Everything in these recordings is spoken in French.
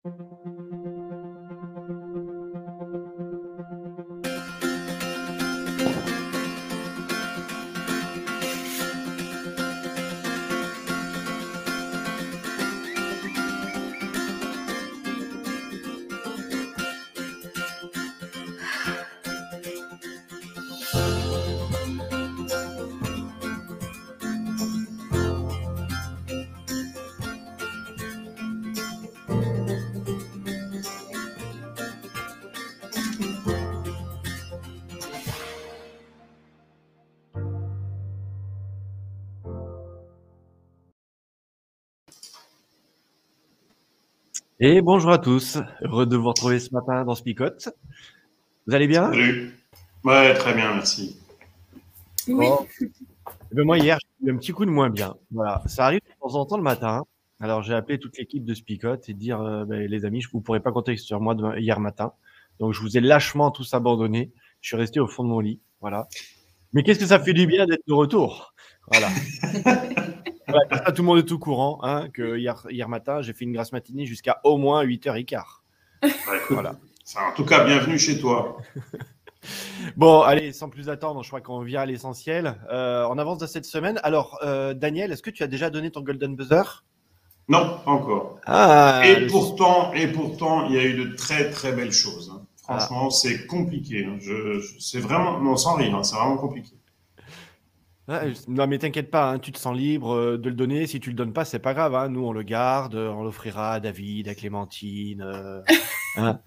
Et bonjour à tous, heureux de vous retrouver ce matin dans Spicote. Vous allez bien? Salut. Ouais, très bien, merci. Oui. Bon. Moi, hier, j'ai eu un petit coup de moins bien. Voilà, ça arrive de temps en temps le matin. Alors, j'ai appelé toute l'équipe de Spicote et dire, les amis, vous ne pourrez pas compter sur moi hier matin. Donc, je vous ai lâchement tous abandonné. Je suis resté au fond de mon lit. Voilà. Mais qu'est-ce que ça fait du bien d'être de retour? Voilà. Voilà, comme ça, tout le monde est au courant, hein, que hier matin, j'ai fait une grasse matinée jusqu'à au moins 8h15. Ouais, Voilà. en tout cas, bienvenue chez toi. Bon, allez, sans plus attendre, je crois qu'on vient à l'essentiel. On avance de cette semaine. Alors, Daniel, est-ce que tu as déjà donné ton Golden Buzzer? Non, pas encore. Ah, et pourtant, il y a eu de très très belles choses. Hein. Franchement, c'est compliqué. Hein. C'est vraiment, non, sans rire, hein, c'est vraiment compliqué. Non, mais t'inquiète pas, hein, tu te sens libre de le donner. Si tu le donnes pas, c'est pas grave. Hein. Nous, on le garde, on l'offrira à David, à Clémentine. Hein.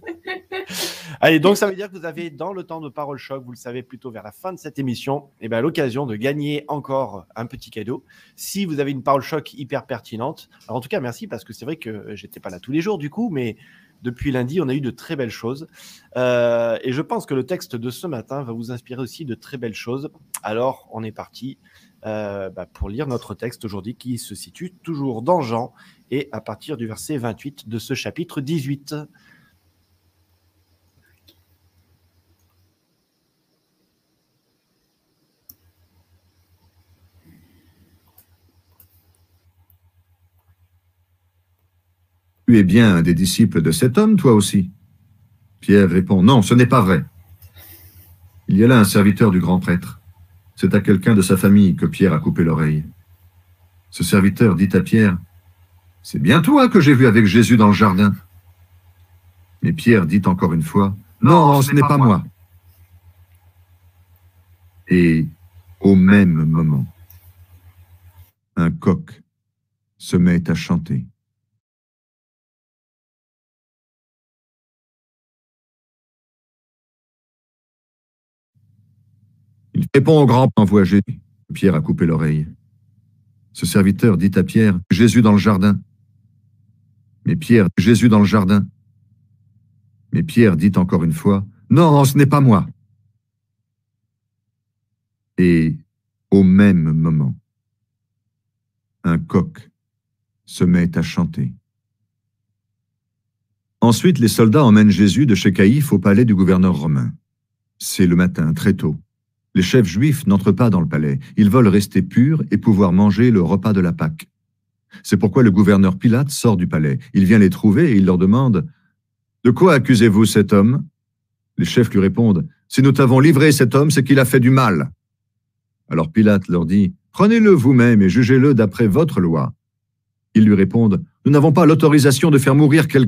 Allez, donc ça veut dire que vous avez, dans le temps de Parole Choc, vous le savez, plutôt vers la fin de cette émission, l'occasion de gagner encore un petit cadeau. Si vous avez une Parole Choc hyper pertinente, alors en tout cas, merci, parce que c'est vrai que j'étais pas là tous les jours du coup, mais depuis lundi, on a eu de très belles choses. Et je pense que le texte de ce matin va vous inspirer aussi de très belles choses. Alors, on est parti pour lire notre texte aujourd'hui qui se situe toujours dans Jean et à partir du verset 28 de ce chapitre 18. Tu es bien un des disciples de cet homme, toi aussi? Pierre répond, non, ce n'est pas vrai. Il y a là un serviteur du grand prêtre. C'est à quelqu'un de sa famille que Pierre a coupé l'oreille. Ce serviteur dit à Pierre, c'est bien toi que j'ai vu avec Jésus dans le jardin. Mais Pierre dit encore une fois, non, ce n'est pas moi. Et au même moment, un coq se met à chanter. Il répond au grand envoie Jésus. Pierre a coupé l'oreille. Ce serviteur dit à Pierre, Jésus dans le jardin. Mais Pierre dit encore une fois, non, ce n'est pas moi. Et au même moment, un coq se met à chanter. Ensuite, les soldats emmènent Jésus de chez Caïphe au palais du gouverneur romain. C'est le matin, très tôt. Les chefs juifs n'entrent pas dans le palais. Ils veulent rester purs et pouvoir manger le repas de la Pâque. C'est pourquoi le gouverneur Pilate sort du palais. Il vient les trouver et il leur demande « De quoi accusez-vous cet homme ?» Les chefs lui répondent « Si nous t'avons livré cet homme, c'est qu'il a fait du mal. » Alors Pilate leur dit « Prenez-le vous-même et jugez-le d'après votre loi. » Ils lui répondent « Nous n'avons pas l'autorisation de faire mourir quelqu'un. »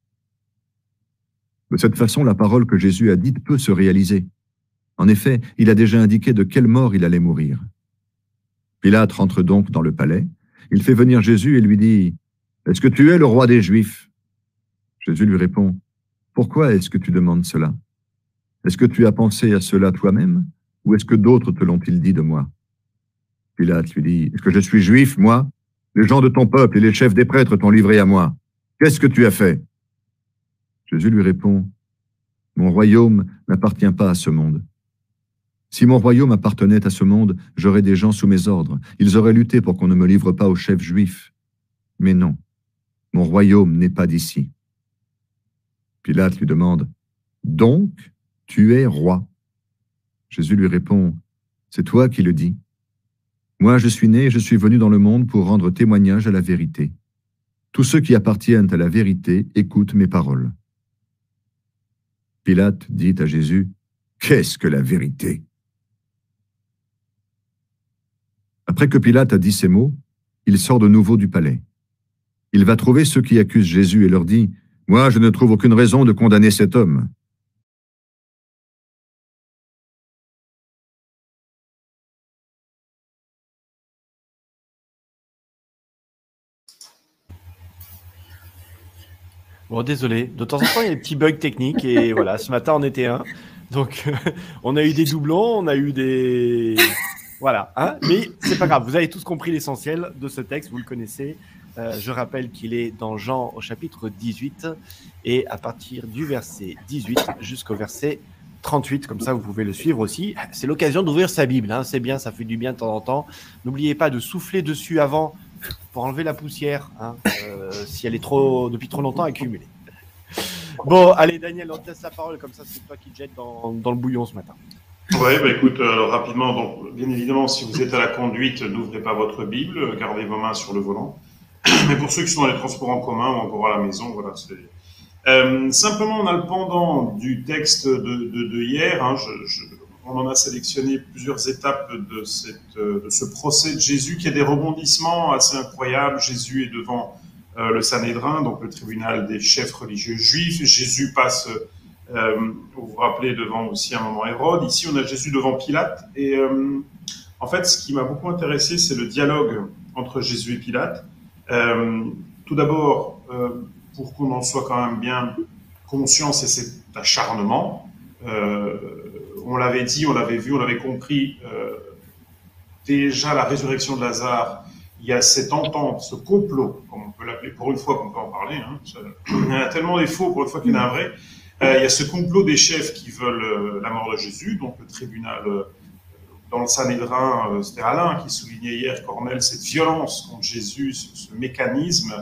De cette façon, la parole que Jésus a dite peut se réaliser. En effet, il a déjà indiqué de quelle mort il allait mourir. Pilate rentre donc dans le palais. Il fait venir Jésus et lui dit « Est-ce que tu es le roi des Juifs ?» Jésus lui répond « Pourquoi est-ce que tu demandes cela? Est-ce que tu as pensé à cela toi-même, ou est-ce que d'autres te l'ont-ils dit de moi ?» Pilate lui dit « Est-ce que je suis juif, moi? Les gens de ton peuple et les chefs des prêtres t'ont livré à moi. Qu'est-ce que tu as fait ?» Jésus lui répond « Mon royaume n'appartient pas à ce monde. Si mon royaume appartenait à ce monde, j'aurais des gens sous mes ordres. Ils auraient lutté pour qu'on ne me livre pas aux chefs juifs. Mais non, mon royaume n'est pas d'ici. » Pilate lui demande « Donc, tu es roi ?» Jésus lui répond « C'est toi qui le dis. Moi, je suis né et je suis venu dans le monde pour rendre témoignage à la vérité. tous ceux qui appartiennent à la vérité écoutent mes paroles. » Pilate dit à Jésus, « Qu'est-ce que la vérité ?» Après que Pilate a dit ces mots, il sort de nouveau du palais. Il va trouver ceux qui accusent Jésus et leur dit, « Moi, je ne trouve aucune raison de condamner cet homme. » Bon, désolé. De temps en temps, il y a des petits bugs techniques et voilà, ce matin, on était un. Donc, on a eu des doublons, on a eu des... Voilà, hein, mais c'est pas grave, vous avez tous compris l'essentiel de ce texte, vous le connaissez. Je rappelle qu'il est dans Jean au chapitre 18 et à partir du verset 18 jusqu'au verset 38, comme ça vous pouvez le suivre aussi. C'est l'occasion d'ouvrir sa Bible, hein, c'est bien, ça fait du bien de temps en temps. N'oubliez pas de souffler dessus avant pour enlever la poussière, hein, si elle est depuis trop longtemps accumulée. Bon, allez Daniel, on te laisse la parole, comme ça c'est toi qui te jettes dans le bouillon ce matin. Oui, bah écoute, alors rapidement, donc, bien évidemment, si vous êtes à la conduite, n'ouvrez pas votre Bible, gardez vos mains sur le volant. Mais pour ceux qui sont dans les transports en commun ou encore à la maison, voilà, c'est... simplement, on a le pendant du texte de hier, hein, on en a sélectionné plusieurs étapes de ce procès de Jésus, qui a des rebondissements assez incroyables. Jésus est devant le Sanhédrin, donc le tribunal des chefs religieux juifs. Jésus passe... vous vous rappelez, devant aussi un moment Hérode. Ici, on a Jésus devant Pilate. Et en fait, ce qui m'a beaucoup intéressé, c'est le dialogue entre Jésus et Pilate. Tout d'abord, pour qu'on en soit quand même bien conscient, c'est cet acharnement. On l'avait dit, on l'avait vu, on l'avait compris. Déjà, la résurrection de Lazare, il y a cette entente, ce complot, comme on peut l'appeler, pour une fois qu'on peut en parler. Hein. Il y en a tellement des faux, pour une fois qu'il y en a un vrai. Il y a ce complot des chefs qui veulent la mort de Jésus, donc le tribunal dans le Sanhédrin, c'était Alain qui soulignait hier, Cornel, cette violence contre Jésus, ce mécanisme.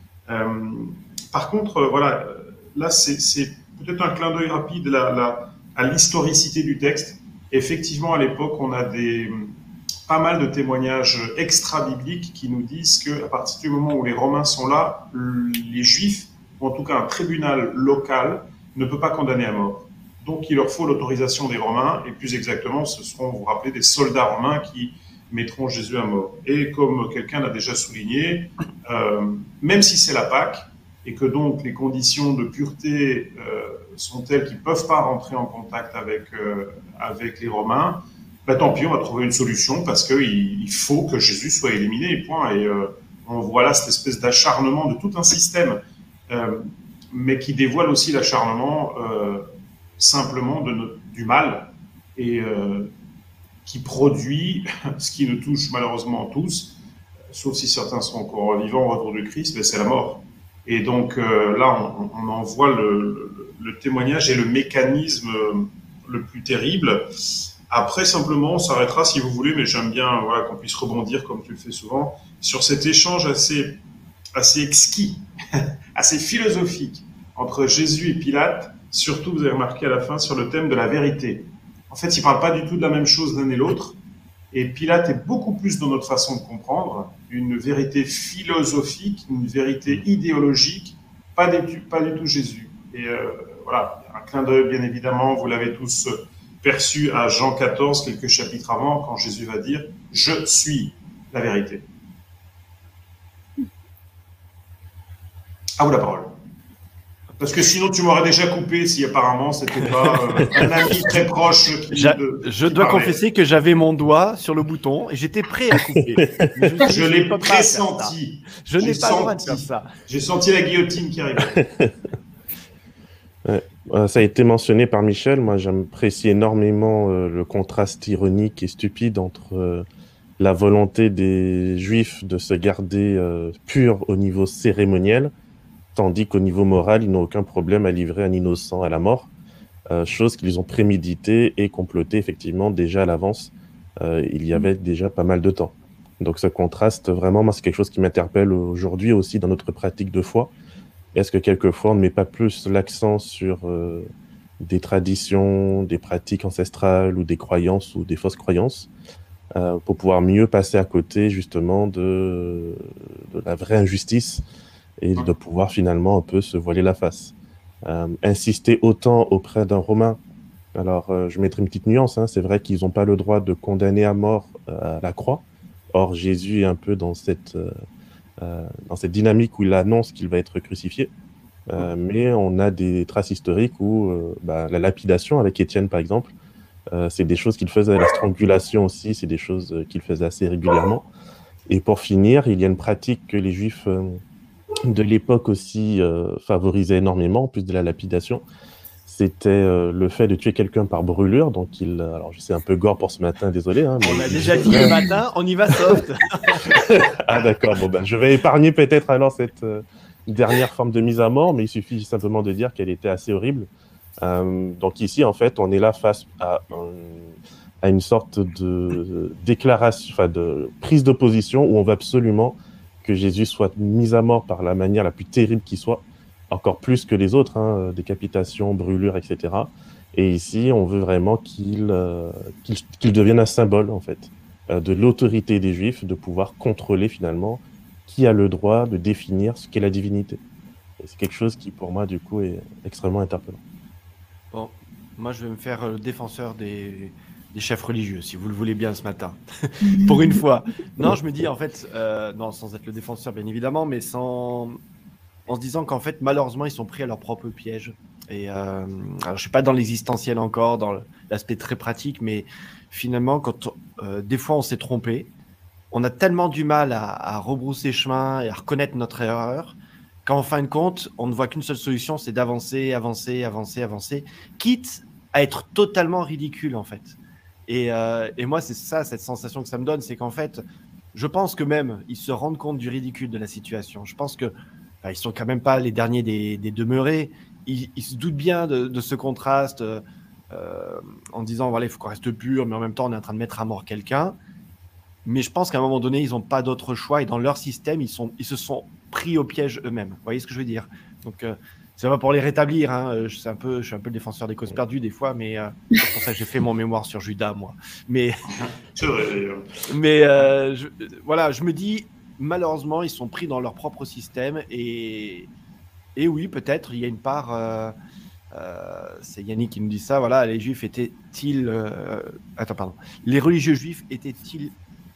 Par contre, voilà, là c'est peut-être un clin d'œil rapide à l'historicité du texte. Effectivement, à l'époque, on a pas mal de témoignages extra-bibliques qui nous disent qu'à partir du moment où les Romains sont là, les Juifs, ou en tout cas un tribunal local, ne peut pas condamner à mort. Donc, il leur faut l'autorisation des Romains, et plus exactement, ce seront, vous vous rappelez, des soldats romains qui mettront Jésus à mort. Et comme quelqu'un l'a déjà souligné, même si c'est la Pâque, et que donc les conditions de pureté sont telles qu'ils ne peuvent pas rentrer en contact avec les Romains, bah, tant pis, on va trouver une solution, parce qu'il faut que Jésus soit éliminé, point. Et on voit là cette espèce d'acharnement de tout un système, mais qui dévoile aussi l'acharnement simplement du mal, et qui produit ce qui nous touche malheureusement tous, sauf si certains sont encore vivants au retour du Christ, mais c'est la mort. Et donc là, on en voit le témoignage et le mécanisme le plus terrible. Après, simplement, on s'arrêtera si vous voulez, mais j'aime bien voilà, qu'on puisse rebondir, comme tu le fais souvent, sur cet échange assez exquis, assez philosophique entre Jésus et Pilate, surtout, vous avez remarqué à la fin, sur le thème de la vérité. En fait, ils ne parlent pas du tout de la même chose l'un et l'autre, et Pilate est beaucoup plus dans notre façon de comprendre, une vérité philosophique, une vérité idéologique, pas du tout Jésus. Et voilà, un clin d'œil, bien évidemment, vous l'avez tous perçu à Jean 14, quelques chapitres avant, quand Jésus va dire « Je suis la vérité ». À vous la parole. Parce que sinon, tu m'aurais déjà coupé si apparemment c'était pas un ami très proche qui Je dois confesser que j'avais mon doigt sur le bouton et j'étais prêt à couper. Je l'ai pressenti. Je n'ai pas le droit de faire ça. J'ai senti la guillotine qui arrivait. Ouais. Ça a été mentionné par Michel. Moi, j'apprécie énormément le contraste ironique et stupide entre la volonté des Juifs de se garder purs au niveau cérémoniel, tandis qu'au niveau moral, ils n'ont aucun problème à livrer un innocent à la mort, chose qu'ils ont prémédité et comploté effectivement déjà à l'avance. Il y avait déjà pas mal de temps. Donc ce contraste, vraiment, moi, c'est quelque chose qui m'interpelle aujourd'hui aussi dans notre pratique de foi. Est-ce que quelquefois, on ne met pas plus l'accent sur des traditions, des pratiques ancestrales ou des croyances ou des fausses croyances pour pouvoir mieux passer à côté justement de la vraie injustice et de pouvoir finalement un peu se voiler la face. Insister autant auprès d'un Romain. Alors, je mettrai une petite nuance, hein. C'est vrai qu'ils n'ont pas le droit de condamner à mort à la croix. Or, Jésus est un peu dans cette dynamique où il annonce qu'il va être crucifié. Mais on a des traces historiques où la lapidation avec Étienne, par exemple, c'est des choses qu'il faisait. La strangulation aussi, c'est des choses qu'il faisait assez régulièrement. Et pour finir, il y a une pratique que les Juifs de l'époque aussi favorisaient énormément, en plus de la lapidation. C'était le fait de tuer quelqu'un par brûlure. Donc, alors je sais un peu gore pour ce matin, désolé. Hein, mais On a déjà dit le matin, on y va soft. Ah d'accord, bon, je vais épargner peut-être alors cette dernière forme de mise à mort, mais il suffit simplement de dire qu'elle était assez horrible. Donc ici, en fait, on est là face à une sorte de déclaration, enfin de prise de position où on veut absolument que Jésus soit mis à mort par la manière la plus terrible qui soit, encore plus que les autres, hein, décapitation, brûlure, etc. Et ici, on veut vraiment qu'il devienne un symbole, en fait, de l'autorité des Juifs, de pouvoir contrôler finalement qui a le droit de définir ce qu'est la divinité. Et c'est quelque chose qui, pour moi, du coup, est extrêmement interpellant. Bon, moi je vais me faire le défenseur des chefs religieux, si vous le voulez bien ce matin. Pour une fois. Non, je me dis en fait, non, sans être le défenseur bien évidemment, mais en se disant qu'en fait, malheureusement, ils sont pris à leur propre piège. Et alors, je ne suis pas dans l'existentiel encore, dans l'aspect très pratique, mais finalement, quand des fois on s'est trompé, on a tellement du mal à rebrousser chemin et à reconnaître notre erreur qu'en fin de compte, on ne voit qu'une seule solution, c'est d'avancer, avancer, avancer, avancer, quitte à être totalement ridicule en fait. Et moi, c'est ça, cette sensation que ça me donne, c'est qu'en fait, je pense que même ils se rendent compte du ridicule de la situation. Je pense que ils sont quand même pas les derniers des demeurés. Ils se doutent bien de ce contraste en disant voilà, il faut qu'on reste pur, mais en même temps, on est en train de mettre à mort quelqu'un. Mais je pense qu'à un moment donné, ils n'ont pas d'autre choix et dans leur système, ils se sont pris au piège eux-mêmes. Vous voyez ce que je veux dire? Donc, c'est pas pour les rétablir. Hein. Je suis un peu le défenseur des causes perdues des fois, mais c'est pour ça que j'ai fait mon mémoire sur Judas, moi. Mais, C'est vrai, d'ailleurs. mais voilà, je me dis, malheureusement, ils sont pris dans leur propre système et oui, peut-être, il y a une part. C'est Yannick qui nous dit ça. Voilà, les Juifs étaient-ils. Attends, pardon. Les religieux juifs étaient-ils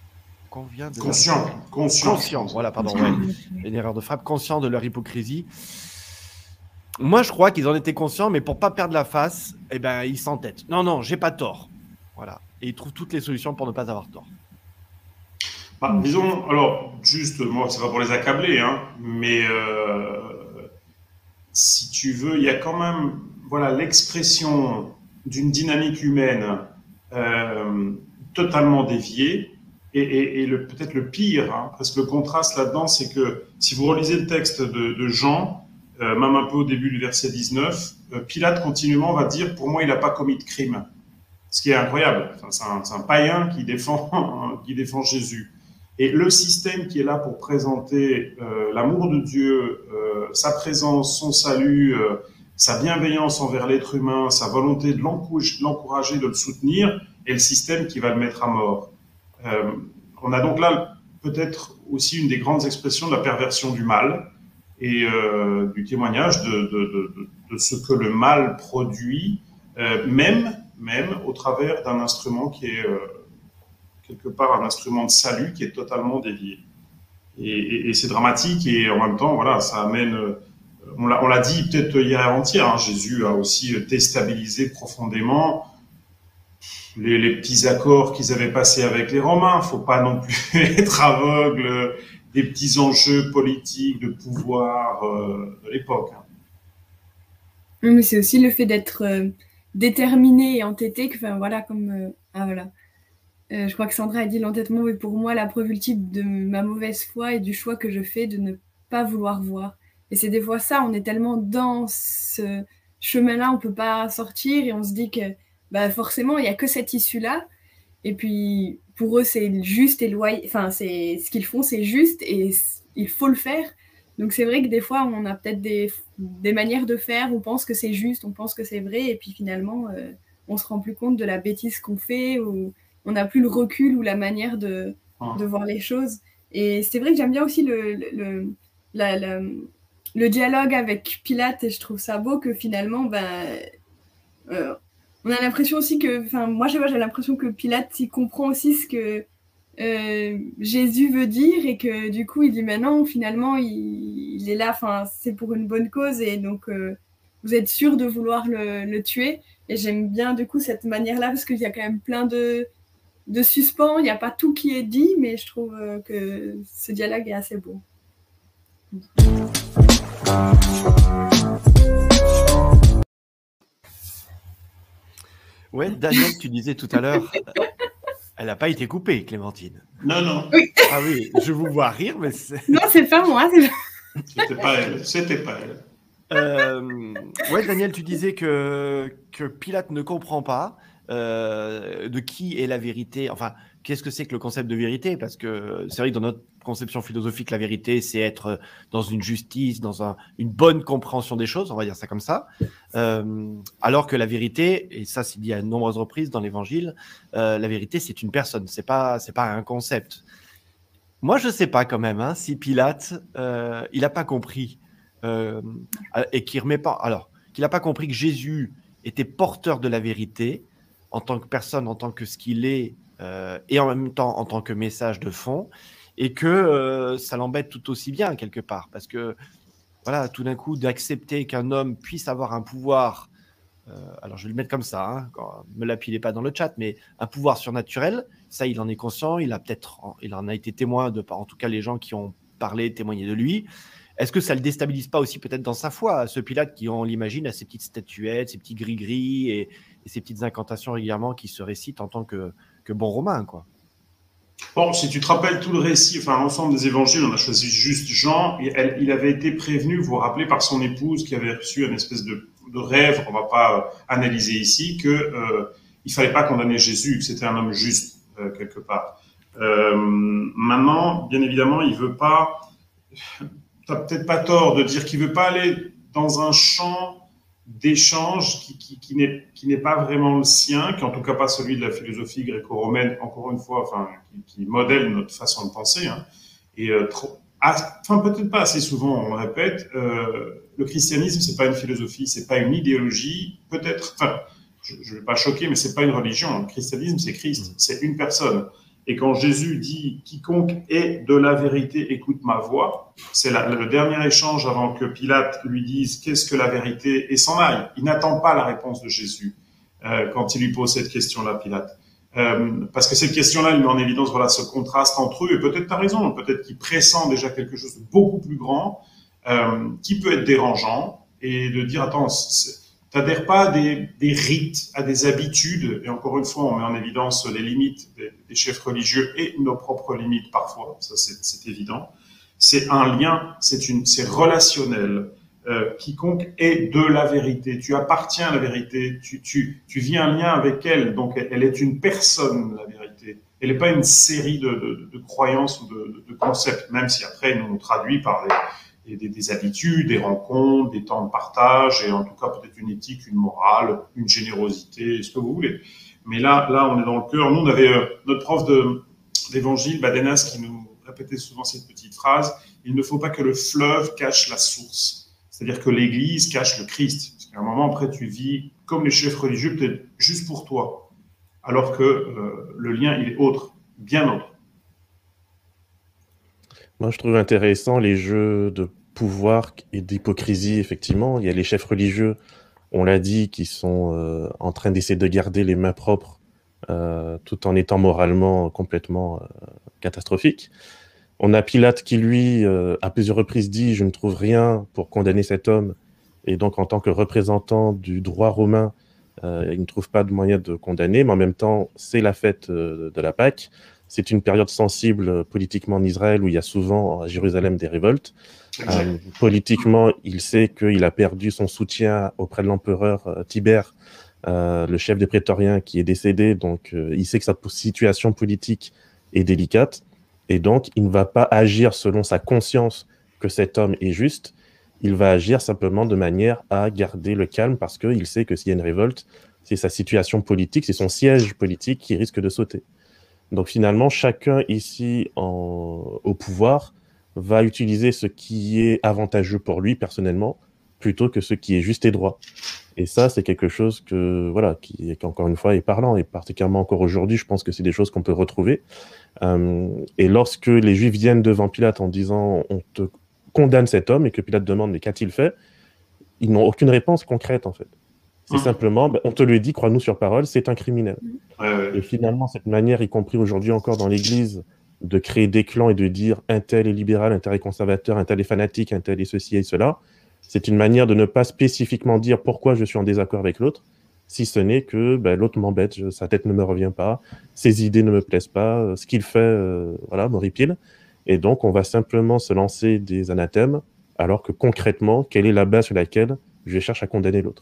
conscient, voilà, pardon, ouais. Une erreur de frappe, conscient de leur hypocrisie. Moi, je crois qu'ils en étaient conscients, mais pour pas perdre la face, eh ben, ils s'entêtent. Non, j'ai pas tort. Voilà. Et ils trouvent toutes les solutions pour ne pas avoir tort. Disons, alors, juste, moi, c'est pas pour les accabler, hein, mais si tu veux, il y a quand même, voilà, l'expression d'une dynamique humaine totalement déviée. Et peut-être le pire, hein, parce que le contraste là-dedans, c'est que si vous relisez le texte de Jean, même un peu au début du verset 19, Pilate continuellement va dire « Pour moi, il n'a pas commis de crime ». Ce qui est incroyable. Enfin, c'est un païen qui défend Jésus. Et le système qui est là pour présenter l'amour de Dieu, sa présence, son salut, sa bienveillance envers l'être humain, sa volonté de l'encourager, de le soutenir, est le système qui va le mettre à mort. On a donc là peut-être aussi une des grandes expressions de la perversion du mal et du témoignage de ce que le mal produit, même au travers d'un instrument qui est quelque part un instrument de salut qui est totalement dévié. Et c'est dramatique et en même temps, voilà, ça amène... On l'a dit peut-être hier et avant-hier, hein, Jésus a aussi déstabilisé profondément les petits accords qu'ils avaient passés avec les Romains. Il ne faut pas non plus être aveugle des petits enjeux politiques, de pouvoir de l'époque. Hein. Mais c'est aussi le fait d'être déterminé et entêté, que, enfin, voilà, comme... voilà. Je crois que Sandra a dit l'entêtement est pour moi la preuve ultime de ma mauvaise foi et du choix que je fais de ne pas vouloir voir. Et c'est des fois ça, on est tellement dans ce chemin-là, on ne peut pas sortir et on se dit que forcément, il n'y a que cette issue-là. Et puis, pour eux, c'est juste et loyal. Enfin, c'est ce qu'ils font, c'est juste et il faut le faire. Donc, c'est vrai que des fois, on a peut-être des manières de faire, on pense que c'est juste, on pense que c'est vrai, et puis finalement, on ne se rend plus compte de la bêtise qu'on fait ou on n'a plus le recul ou la manière de voir les choses. Et c'est vrai que j'aime bien aussi le dialogue avec Pilate, et je trouve ça beau que finalement, on a l'impression aussi que, enfin, moi, je sais pas, j'ai l'impression que Pilate, il comprend aussi ce que Jésus veut dire, et que du coup, il dit, mais non, finalement, il est là, enfin, c'est pour une bonne cause, et donc, vous êtes sûr de vouloir le tuer. Et j'aime bien, du coup, cette manière-là, parce qu'il y a quand même plein de suspens, il n'y a pas tout qui est dit, mais je trouve que ce dialogue est assez beau. Ouais, Daniel, tu disais tout à l'heure, elle n'a pas été coupée, Clémentine. Non, non. Oui. Ah oui, je vous vois rire, mais non, c'est pas moi. C'était pas elle. C'était pas elle. Ouais, Daniel, tu disais que Pilate ne comprend pas de qui est la vérité. Enfin, qu'est-ce que c'est que le concept de vérité? Parce que c'est vrai que dans notre conception philosophique, la vérité, c'est être dans une justice, dans une bonne compréhension des choses, on va dire ça comme ça. Alors que la vérité, et ça c'est dit à de nombreuses reprises dans l'Évangile, la vérité, c'est une personne, c'est pas un concept. Moi, je sais pas quand même hein, si Pilate, il n'a pas compris. Et qui remet pas. Alors, qu'il n'a pas compris que Jésus était porteur de la vérité en tant que personne, en tant que ce qu'il est, et en même temps en tant que message de fond, et que ça l'embête tout aussi bien quelque part, parce que voilà, tout d'un coup, d'accepter qu'un homme puisse avoir un pouvoir. Alors, je vais le mettre comme ça, hein, me lapidez pas dans le chat, mais un pouvoir surnaturel, ça, il en est conscient, il en a été témoin en tout cas, les gens qui ont parlé, témoigné de lui. Est-ce que ça le déstabilise pas aussi peut-être dans sa foi, ce Pilate qui, on l'imagine, a ses petites statuettes, ses petits gris-gris et ses petites incantations régulièrement qui se récitent en tant que bon romain, quoi. Bon, si tu te rappelles tout le récit, enfin l'ensemble des évangiles, on a choisi juste Jean. Il avait été prévenu, vous vous rappelez, par son épouse qui avait reçu une espèce de rêve qu'on va pas analyser ici, que il fallait pas condamner Jésus, que c'était un homme juste quelque part. Maintenant, bien évidemment, il veut pas. T'as peut-être pas tort de dire qu'il veut pas aller dans un champ d'échange qui n'est pas vraiment le sien, qui en tout cas pas celui de la philosophie gréco-romaine, encore une fois, enfin, qui modèle notre façon de penser. Hein. Et enfin peut-être pas assez souvent, on le répète, le christianisme c'est pas une philosophie, c'est pas une idéologie, peut-être. Enfin, je vais pas choquer, mais c'est pas une religion. Le christianisme c'est Christ, c'est une personne. Et quand Jésus dit « Quiconque est de la vérité, écoute ma voix », c'est le dernier échange avant que Pilate lui dise « Qu'est-ce que la vérité ?» et s'en aille. Il n'attend pas la réponse de Jésus quand il lui pose cette question-là, Pilate. Parce que cette question-là, il met en évidence voilà, ce contraste entre eux. Et peut-être tu as raison, peut-être qu'il pressent déjà quelque chose de beaucoup plus grand, qui peut être dérangeant, et de dire « Attends, t'adhères pas à des rites, à des habitudes, et encore une fois, on met en évidence les limites des chefs religieux et nos propres limites parfois, ça c'est évident. C'est un lien, c'est relationnel. Quiconque est de la vérité, tu appartiens à la vérité, tu vis un lien avec elle, donc elle est une personne, la vérité. Elle n'est pas une série de croyances ou de concepts, même si après nous on traduit par des habitudes, des rencontres, des temps de partage, et en tout cas peut-être une éthique, une morale, une générosité, ce que vous voulez. Mais là on est dans le cœur. Nous, on avait notre prof d'évangile, Badenas, qui nous répétait souvent cette petite phrase, il ne faut pas que le fleuve cache la source. C'est-à-dire que l'Église cache le Christ. Parce qu'à un moment, après, tu vis comme les chefs religieux, peut-être juste pour toi, alors que le lien, il est autre, bien autre. Moi, je trouve intéressant les jeux de pouvoir et d'hypocrisie, effectivement. Il y a les chefs religieux, on l'a dit, qui sont en train d'essayer de garder les mains propres tout en étant moralement complètement catastrophiques. On a Pilate qui, lui, à plusieurs reprises dit « Je ne trouve rien pour condamner cet homme ». Et donc, en tant que représentant du droit romain, il ne trouve pas de moyen de condamner. Mais en même temps, c'est la fête de la Pâque. C'est une période sensible politiquement en Israël où il y a souvent à Jérusalem des révoltes. Politiquement, il sait qu'il a perdu son soutien auprès de l'empereur Tibère, le chef des prétoriens qui est décédé. Donc, il sait que sa situation politique est délicate. Et donc, il ne va pas agir selon sa conscience que cet homme est juste. Il va agir simplement de manière à garder le calme parce qu'il sait que s'il y a une révolte, c'est sa situation politique, c'est son siège politique qui risque de sauter. Donc finalement, chacun ici au pouvoir va utiliser ce qui est avantageux pour lui personnellement, plutôt que ce qui est juste et droit. Et ça, c'est quelque chose que, voilà, qui encore une fois est parlant, et particulièrement encore aujourd'hui, je pense que c'est des choses qu'on peut retrouver. Et lorsque les Juifs viennent devant Pilate en disant « on te condamne cet homme » et que Pilate demande « mais qu'a-t-il fait ?» ils n'ont aucune réponse concrète, en fait. C'est simplement « on te le dit, crois-nous sur parole, c'est un criminel ». Et finalement, cette manière, y compris aujourd'hui encore dans l'Église, de créer des clans et de dire un tel est libéral, un tel est conservateur, un tel est fanatique, un tel est ceci et cela, c'est une manière de ne pas spécifiquement dire pourquoi je suis en désaccord avec l'autre, si ce n'est que l'autre m'embête, sa tête ne me revient pas, ses idées ne me plaisent pas, ce qu'il fait voilà, m'horripile. Et donc, on va simplement se lancer des anathèmes, alors que concrètement, quelle est la base sur laquelle je cherche à condamner l'autre?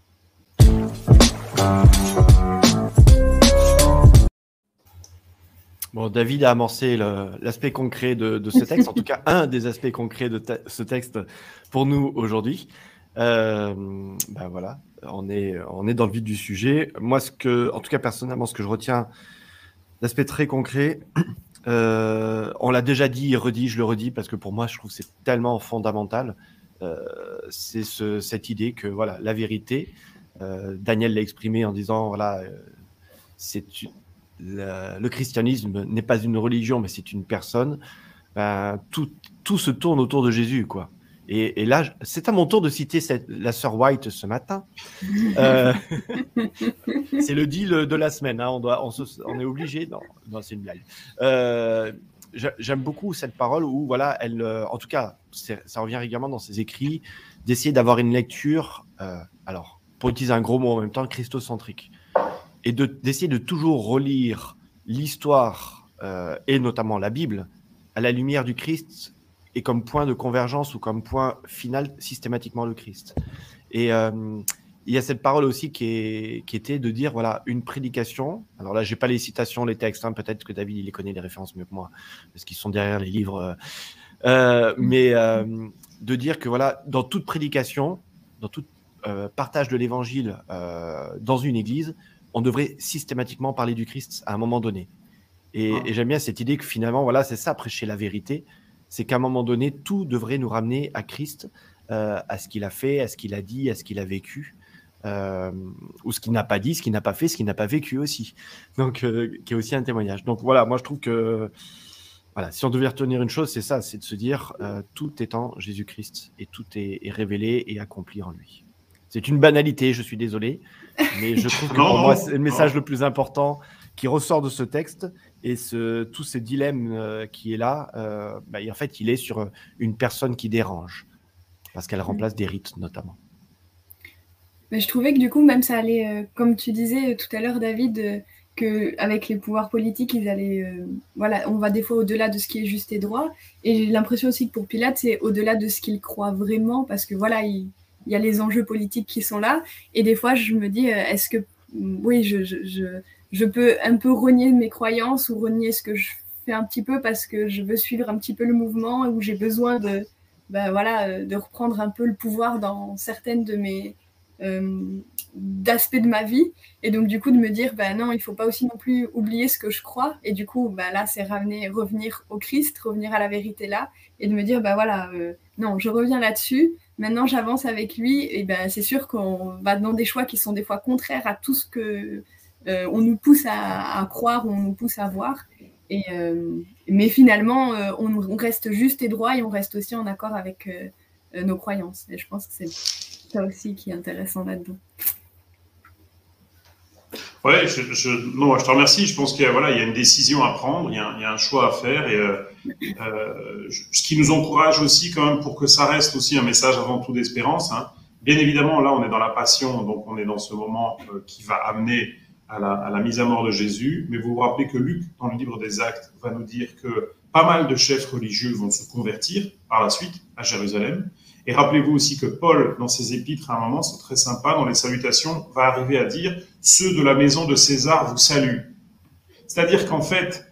Bon, David a amorcé l'aspect concret de ce texte, en tout cas un des aspects concrets de ce texte pour nous aujourd'hui. Ben voilà, on est dans le vif du sujet. Moi, en tout cas personnellement, ce que je retiens, l'aspect très concret, on l'a déjà dit et redit, je le redis parce que pour moi, je trouve que c'est tellement fondamental. C'est cette idée que voilà, la vérité, Daniel l'a exprimé en disant voilà, le christianisme n'est pas une religion, mais c'est une personne. Ben, tout se tourne autour de Jésus, quoi. Et là, c'est à mon tour de citer la sœur White ce matin. C'est le deal de la semaine. Hein. On est obligé. Non, c'est une blague. J'aime beaucoup cette parole où, voilà, elle, en tout cas, ça revient régulièrement dans ses écrits, d'essayer d'avoir une lecture, alors, pour utiliser un gros mot en même temps, christocentrique. Et d'essayer de toujours relire l'histoire, et notamment la Bible, à la lumière du Christ, et comme point de convergence ou comme point final systématiquement le Christ. Et il y a cette parole aussi qui était de dire, voilà, une prédication, alors là, je n'ai pas les citations, les textes, hein, peut-être que David, il les connaît, les références mieux que moi, parce qu'ils sont derrière les livres, mais de dire que, voilà, dans toute prédication, dans tout partage de l'évangile dans une église, on devrait systématiquement parler du Christ à un moment donné. Et j'aime bien cette idée que finalement, voilà, c'est ça, prêcher la vérité, c'est qu'à un moment donné, tout devrait nous ramener à Christ, à ce qu'il a fait, à ce qu'il a dit, à ce qu'il a vécu, ou ce qu'il n'a pas dit, ce qu'il n'a pas fait, ce qu'il n'a pas vécu aussi. Donc, qui est aussi un témoignage. Donc voilà, moi je trouve que, voilà, si on devait retenir une chose, c'est ça, c'est de se dire, tout est en Jésus-Christ, et tout est révélé et accompli en lui. C'est une banalité, je suis désolé, mais je trouve que pour moi, c'est le message le plus important qui ressort de ce texte, et tout ce dilemme qui est là, en fait, il est sur une personne qui dérange, parce qu'elle remplace des rites, notamment. Mais je trouvais que du coup, même ça allait, comme tu disais tout à l'heure, David, qu'avec les pouvoirs politiques, ils allaient, voilà, on va des fois au-delà de ce qui est juste et droit, et j'ai l'impression aussi que pour Pilate, c'est au-delà de ce qu'il croit vraiment, parce que voilà, il y a les enjeux politiques qui sont là, et des fois je me dis, est-ce que, oui, je peux un peu renier mes croyances ou renier ce que je fais un petit peu parce que je veux suivre un petit peu le mouvement, ou j'ai besoin de reprendre un peu le pouvoir dans certaines de mes d'aspects de ma vie, et donc du coup de me dire non, il faut pas aussi non plus oublier ce que je crois, et du coup là c'est revenir au Christ, revenir à la vérité là, et de me dire non, je reviens là-dessus. Maintenant, j'avance avec lui, et c'est sûr qu'on va dans des choix qui sont des fois contraires à tout ce que on nous pousse à croire, on nous pousse à voir. Mais finalement, on reste juste et droit, et on reste aussi en accord avec nos croyances. Et je pense que c'est ça aussi qui est intéressant là-dedans. Oui, non, je te remercie. Je pense qu'il y a une décision à prendre, il y a un choix à faire, et ce qui nous encourage aussi quand même pour que ça reste aussi un message avant tout d'espérance. Hein. Bien évidemment, là, on est dans la passion, donc on est dans ce moment qui va amener à la mise à mort de Jésus. Mais vous vous rappelez que Luc, dans le livre des Actes, va nous dire que pas mal de chefs religieux vont se convertir par la suite à Jérusalem. Et rappelez-vous aussi que Paul, dans ses épîtres, à un moment, c'est très sympa, dans les salutations, va arriver à dire « Ceux de la maison de César vous saluent ». C'est-à-dire qu'en fait,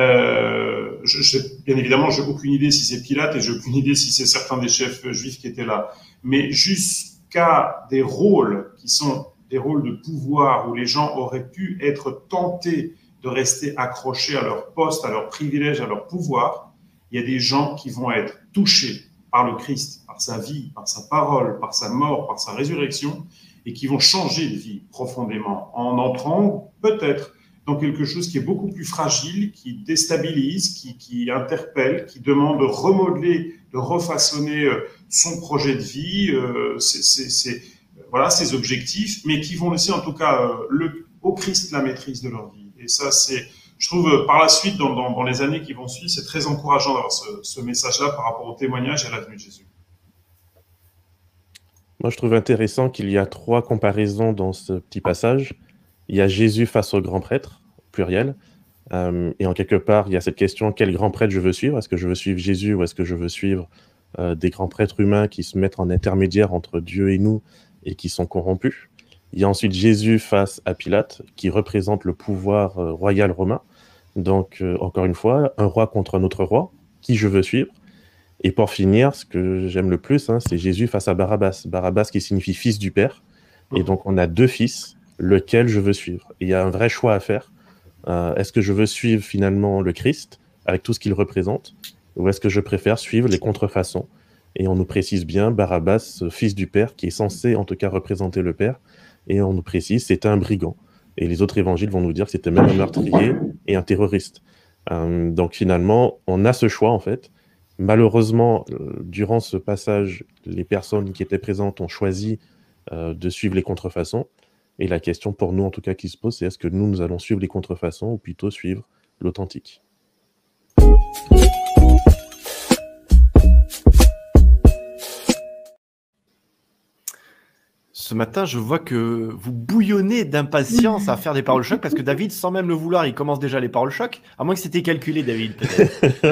bien évidemment, j'ai aucune idée si c'est Pilate, et j'ai aucune idée si c'est certains des chefs juifs qui étaient là. Mais jusqu'à des rôles qui sont des rôles de pouvoir, où les gens auraient pu être tentés de rester accrochés à leur poste, à leur privilège, à leur pouvoir, il y a des gens qui vont être touchés par le Christ, par sa vie, par sa parole, par sa mort, par sa résurrection, et qui vont changer de vie profondément en entrant peut-être dans quelque chose qui est beaucoup plus fragile, qui déstabilise, qui interpelle, qui demande de remodeler, de refaçonner son projet de vie, ses objectifs, mais qui vont laisser en tout cas au Christ la maîtrise de leur vie. Et ça, je trouve, par la suite, dans les années qui vont suivre, c'est très encourageant d'avoir ce message-là par rapport au témoignage et à la venue de Jésus. Moi, je trouve intéressant qu'il y a 3 comparaisons dans ce petit passage. Il y a Jésus face au grand prêtre, pluriel, et en quelque part, il y a cette question, quel grand prêtre je veux suivre? Est-ce que je veux suivre Jésus ou est-ce que je veux suivre des grands prêtres humains qui se mettent en intermédiaire entre Dieu et nous et qui sont corrompus? Il y a ensuite Jésus face à Pilate, qui représente le pouvoir royal romain. Donc, encore une fois, un roi contre un autre roi, qui je veux suivre? Et pour finir, ce que j'aime le plus, c'est Jésus face à Barabbas. Barabbas qui signifie fils du Père. Et donc, on a 2 fils, lequel je veux suivre. Et il y a un vrai choix à faire. Est-ce que je veux suivre finalement le Christ, avec tout ce qu'il représente, ou est-ce que je préfère suivre les contrefaçons? Et on nous précise bien, Barabbas, fils du Père, qui est censé en tout cas représenter le Père, et on nous précise, c'était un brigand. Et les autres évangiles vont nous dire que c'était même un meurtrier et un terroriste. Donc finalement, on a ce choix en fait. Malheureusement, durant ce passage, les personnes qui étaient présentes ont choisi de suivre les contrefaçons. Et la question pour nous, en tout cas, qui se pose, c'est est-ce que nous allons suivre les contrefaçons ou plutôt suivre l'authentique? Ce matin, je vois que vous bouillonnez d'impatience à faire des paroles choc parce que David, sans même le vouloir, il commence déjà les paroles choc. À moins que c'était calculé, David, peut-être.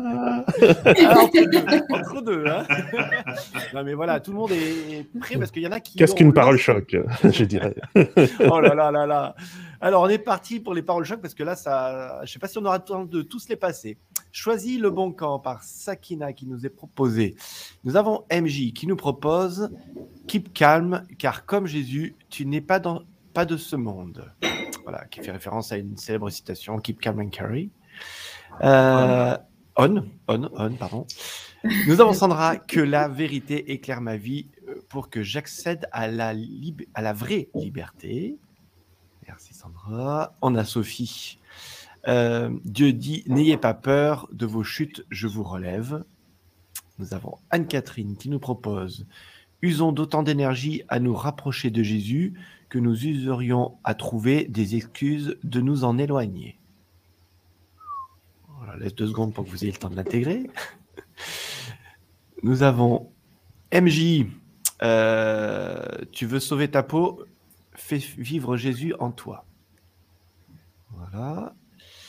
Entre deux, hein. Non, mais voilà, tout le monde est prêt parce qu'il y en a qui. Qu'est-ce qu'une parole choc, je dirais. Oh là là là là. Alors, on est parti pour les paroles choc parce que là, je ne sais pas si on aura le temps de tous les passer. Choisis le bon camp par Sakina qui nous est proposé. Nous avons MJ qui nous propose Keep calm, car comme Jésus, tu n'es pas de ce monde. Voilà, qui fait référence à une célèbre citation, Keep calm and carry. Pardon. Nous avons Sandra, que la vérité éclaire ma vie pour que j'accède à la vraie liberté. Merci Sandra. On a Sophie. Dieu dit, n'ayez pas peur de vos chutes, je vous relève. Nous avons Anne-Catherine qui nous propose, usons d'autant d'énergie à nous rapprocher de Jésus que nous userions à trouver des excuses de nous en éloigner. Voilà, laisse 2 secondes pour que vous ayez le temps de l'intégrer. Nous avons MJ, tu veux sauver ta peau, fais vivre Jésus en toi. Voilà.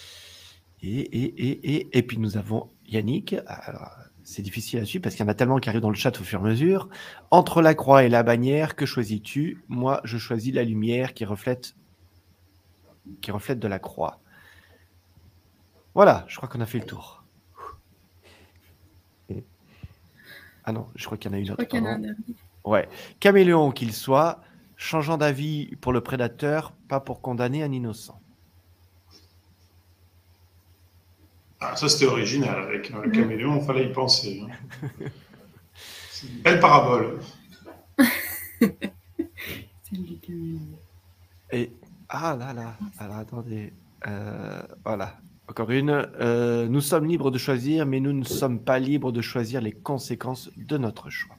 Et puis nous avons Yannick. Alors, c'est difficile à suivre parce qu'il y en a tellement qui arrivent dans le chat au fur et à mesure. Entre la croix et la bannière, que choisis-tu? Moi, je choisis la lumière qui reflète de la croix. Voilà, je crois qu'on a fait le tour. Ah non, je crois qu'il y en a une autre. Ouais. Caméléon qu'il soit, changeant d'avis pour le prédateur, pas pour condamner un innocent. Ah, ça, c'était original. Avec un caméléon, il fallait y penser. C'est une belle parabole. Et alors attendez. Voilà. Encore une. Nous sommes libres de choisir, mais nous ne sommes pas libres de choisir les conséquences de notre choix.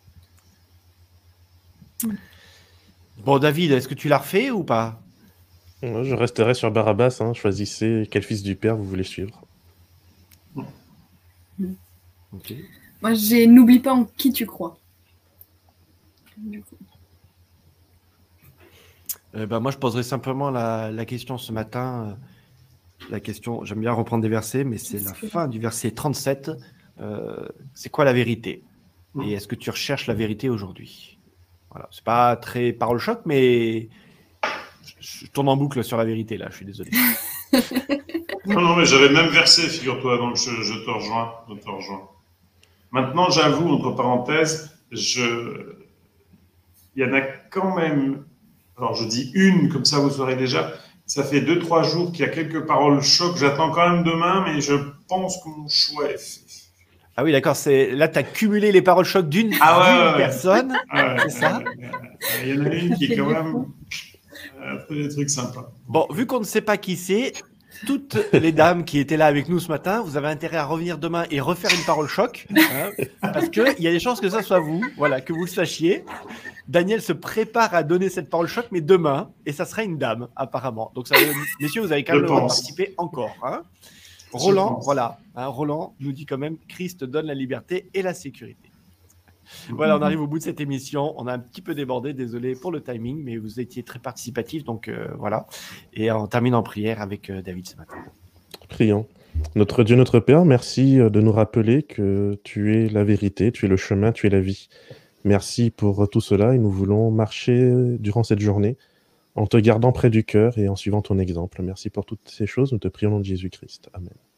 Bon, David, est-ce que tu l'as refait ou pas? Je resterai sur Barabbas. Choisissez quel fils du Père vous voulez suivre. Okay. Moi, n'oublie pas en qui tu crois. Moi, je poserai simplement la question ce matin. La question, j'aime bien reprendre des versets, mais c'est la fin du verset 37. C'est quoi la vérité? Et est-ce que tu recherches la vérité aujourd'hui? Voilà. C'est pas très parole choc, mais je tourne en boucle sur la vérité, là, je suis désolé. Non, mais j'avais le même verset, figure-toi, donc je te rejoins. Maintenant, j'avoue, entre parenthèses, il y en a quand même, alors je dis une, comme ça vous saurez déjà, Ça fait 2-3 jours qu'il y a quelques paroles choc. J'attends quand même demain, mais je pense que mon choix est fait. Ah oui, d'accord. Là, tu as cumulé les paroles choc d'une personne. C'est ça? Il y en a une qui est quand même des trucs sympas. Bon, vu qu'on ne sait pas qui c'est, toutes les dames qui étaient là avec nous ce matin, vous avez intérêt à revenir demain et refaire une parole choc, hein, parce qu'il y a des chances que ça soit vous, voilà, que vous le sachiez. Daniel se prépare à donner cette parole choc, mais demain, et ça sera une dame, apparemment. Donc, messieurs, vous avez quand même le droit de participer encore. Hein. Roland, voilà, hein, Roland nous dit quand même « Christ donne la liberté et la sécurité ». Voilà, on arrive au bout de cette émission. On a un petit peu débordé, désolé pour le timing, mais vous étiez très participatifs, donc voilà. Et on termine en prière avec David ce matin. Prions. Notre Dieu, notre Père, merci de nous rappeler que tu es la vérité, tu es le chemin, tu es la vie. Merci pour tout cela et nous voulons marcher durant cette journée en te gardant près du cœur et en suivant ton exemple. Merci pour toutes ces choses. Nous te prions au nom de Jésus-Christ. Amen.